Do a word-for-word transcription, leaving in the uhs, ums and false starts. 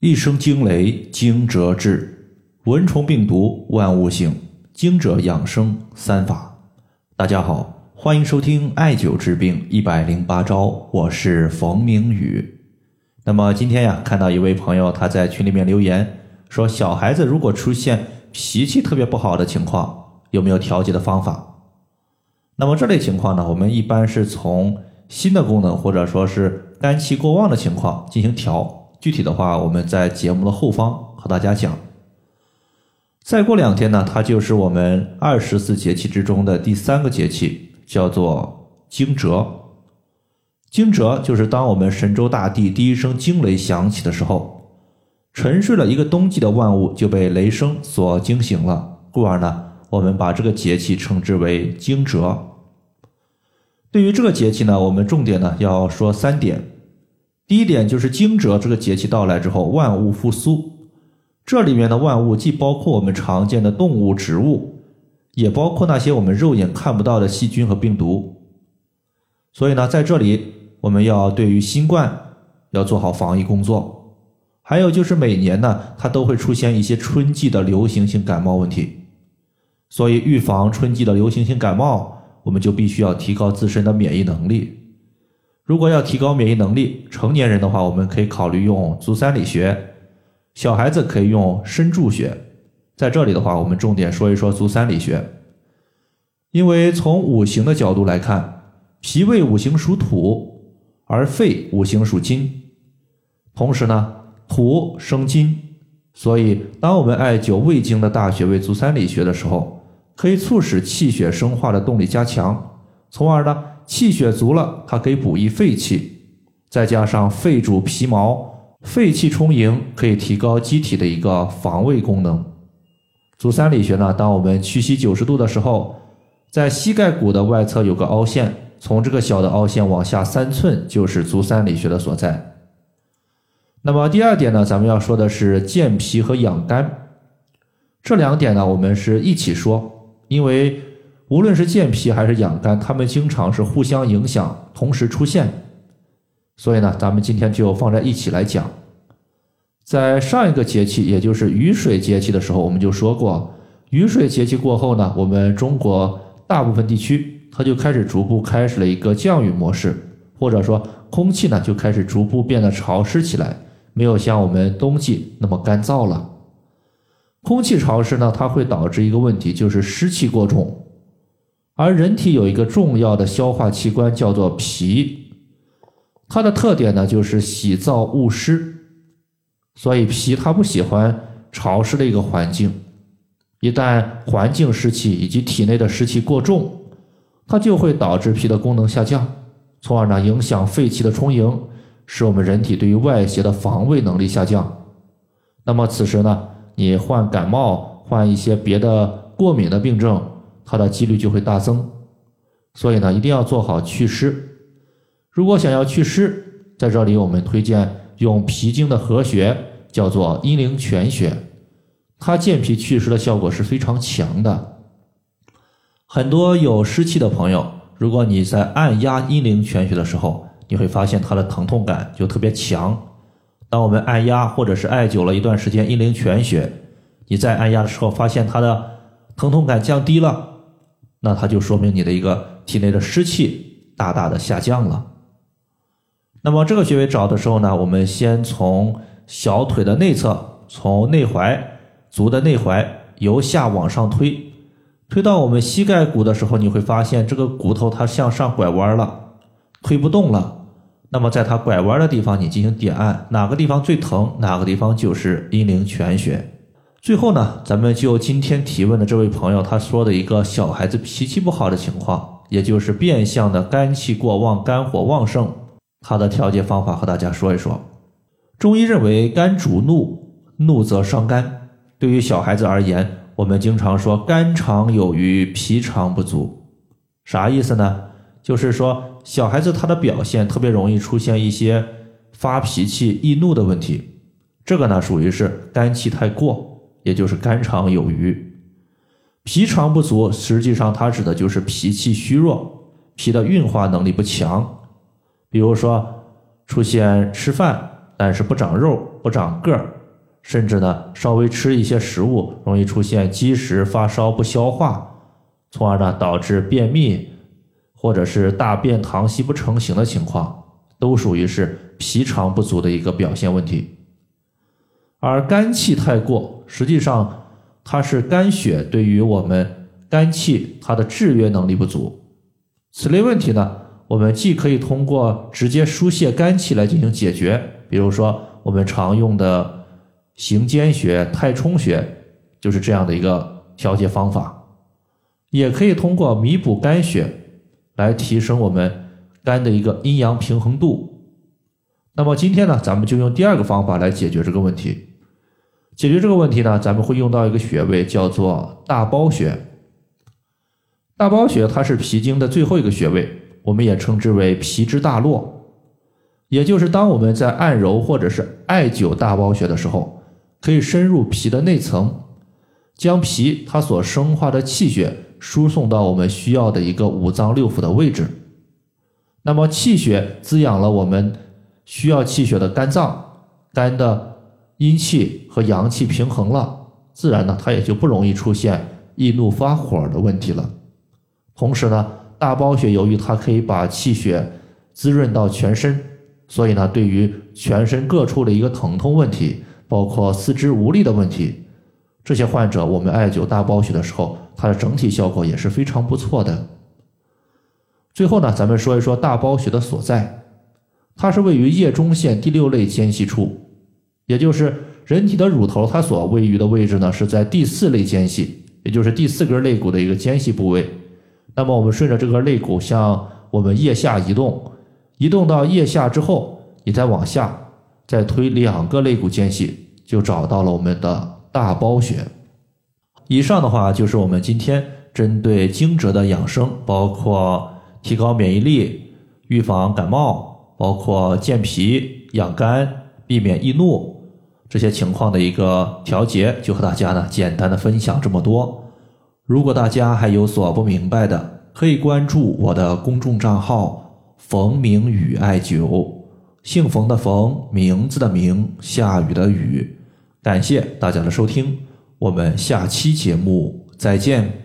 一声惊雷惊蛰治，蚊虫病毒万物性，惊蛰养生三法。大家好，欢迎收听艾灸治病一百零八招，我是冯明宇。那么今天呀，看到一位朋友他在群里面留言说，小孩子如果出现脾气特别不好的情况，有没有调节的方法？那么这类情况呢，我们一般是从心的功能或者说是肝气过旺的情况进行调。具体的话，我们在节目的后方和大家讲。再过两天呢，它就是我们二十四节气之中的第三个节气，叫做惊蛰。惊蛰就是当我们神州大地第一声惊雷响起的时候，沉睡了一个冬季的万物就被雷声所惊醒了，故而呢，我们把这个节气称之为惊蛰。对于这个节气呢，我们重点呢要说三点。第一点就是惊蛰这个节气到来之后，万物复苏。这里面的万物既包括我们常见的动物、植物，也包括那些我们肉眼看不到的细菌和病毒。所以呢，在这里我们要对于新冠要做好防疫工作。还有就是每年呢，它都会出现一些春季的流行性感冒问题。所以预防春季的流行性感冒，我们就必须要提高自身的免疫能力。如果要提高免疫能力，成年人的话，我们可以考虑用足三里穴，小孩子可以用身柱穴。在这里的话，我们重点说一说足三里穴。因为从五行的角度来看，脾胃五行属土，而肺五行属金。同时呢，土生金，所以当我们艾灸胃经的大穴位足三里穴的时候，可以促使气血生化的动力加强，从而呢气血足了，它可以补益肺气，再加上肺主皮毛，肺气充盈，可以提高机体的一个防卫功能。足三里穴呢，当我们屈膝九十度的时候，在膝盖骨的外侧有个凹陷，从这个小的凹陷往下三寸就是足三里穴的所在。那么第二点呢，咱们要说的是健脾和养肝。这两点呢，我们是一起说，因为无论是健脾还是养肝，它们经常是互相影响，同时出现。所以呢，咱们今天就放在一起来讲。在上一个节气，也就是雨水节气的时候，我们就说过，雨水节气过后呢，我们中国大部分地区它就开始逐步开始了一个降雨模式，或者说空气呢就开始逐步变得潮湿起来，没有像我们冬季那么干燥了。空气潮湿呢，它会导致一个问题，就是湿气过重。而人体有一个重要的消化器官叫做脾，它的特点呢就是喜燥恶湿，所以脾它不喜欢潮湿的一个环境。一旦环境湿气以及体内的湿气过重，它就会导致脾的功能下降，从而呢影响肺气的充盈，使我们人体对于外邪的防卫能力下降。那么此时呢，你患感冒，患一些别的过敏的病症，它的几率就会大增。所以呢，一定要做好祛湿。如果想要祛湿，在这里我们推荐用脾经的合穴，叫做阴陵泉穴，它健脾祛湿的效果是非常强的。很多有湿气的朋友，如果你在按压阴陵泉穴的时候，你会发现它的疼痛感就特别强。当我们按压或者是艾灸了一段时间阴陵泉穴，你在按压的时候发现它的疼痛感降低了，那它就说明你的一个体内的湿气大大的下降了。那么这个穴位找的时候呢，我们先从小腿的内侧，从内踝，足的内踝由下往上推，推到我们膝盖骨的时候，你会发现这个骨头它向上拐弯了，推不动了。那么在它拐弯的地方你进行点按，哪个地方最疼，哪个地方就是阴陵泉穴。最后呢，咱们就今天提问的这位朋友他说的一个小孩子脾气不好的情况，也就是变相的肝气过旺，肝火旺盛，他的调节方法和大家说一说。中医认为肝主怒，怒则伤肝。对于小孩子而言，我们经常说肝肠有余，脾肠不足。啥意思呢？就是说小孩子他的表现特别容易出现一些发脾气、易怒的问题，这个呢属于是肝气太过，也就是肝肠有余。脾肠不足，实际上它指的就是脾气虚弱，脾的运化能力不强。比如说出现吃饭但是不长肉， 不长个儿，甚至呢稍微吃一些食物容易出现积食、发烧、不消化，从而呢导致便秘或者是大便溏稀不成形的情况，都属于是脾肠不足的一个表现问题。而肝气太过，实际上它是肝血对于我们肝气它的制约能力不足。此类问题呢，我们既可以通过直接疏泄肝气来进行解决，比如说我们常用的行间穴、太冲穴，就是这样的一个调节方法，也可以通过弥补肝血来提升我们肝的一个阴阳平衡度。那么今天呢，咱们就用第二个方法来解决这个问题。解决这个问题呢，咱们会用到一个穴位，叫做大包穴。大包穴它是脾经的最后一个穴位，我们也称之为脾之大络。也就是当我们在按揉或者是艾灸大包穴的时候，可以深入脾的内层，将脾它所生化的气血输送到我们需要的一个五脏六腑的位置。那么气血滋养了我们需要气血的肝脏，肝的阴气和阳气平衡了，自然呢它也就不容易出现易怒发火的问题了。同时呢，大包穴由于它可以把气血滋润到全身，所以呢对于全身各处的一个疼痛问题，包括四肢无力的问题，这些患者我们艾灸大包穴的时候，它的整体效果也是非常不错的。最后呢，咱们说一说大包穴的所在。它是位于腋中线第六类间隙处，也就是人体的乳头，它所位于的位置呢是在第四类间隙，也就是第四根肋骨的一个间隙部位。那么我们顺着这个肋骨向我们腋下移动，移动到腋下之后，你再往下再推两个肋骨间隙，就找到了我们的大包穴。以上的话就是我们今天针对惊蛰的养生，包括提高免疫力、预防感冒，包括健脾养肝、避免易怒这些情况的一个调节，就和大家呢简单的分享这么多。如果大家还有所不明白的，可以关注我的公众账号冯明宇艾灸，姓冯的冯，名字的名，下雨的雨。感谢大家的收听，我们下期节目再见。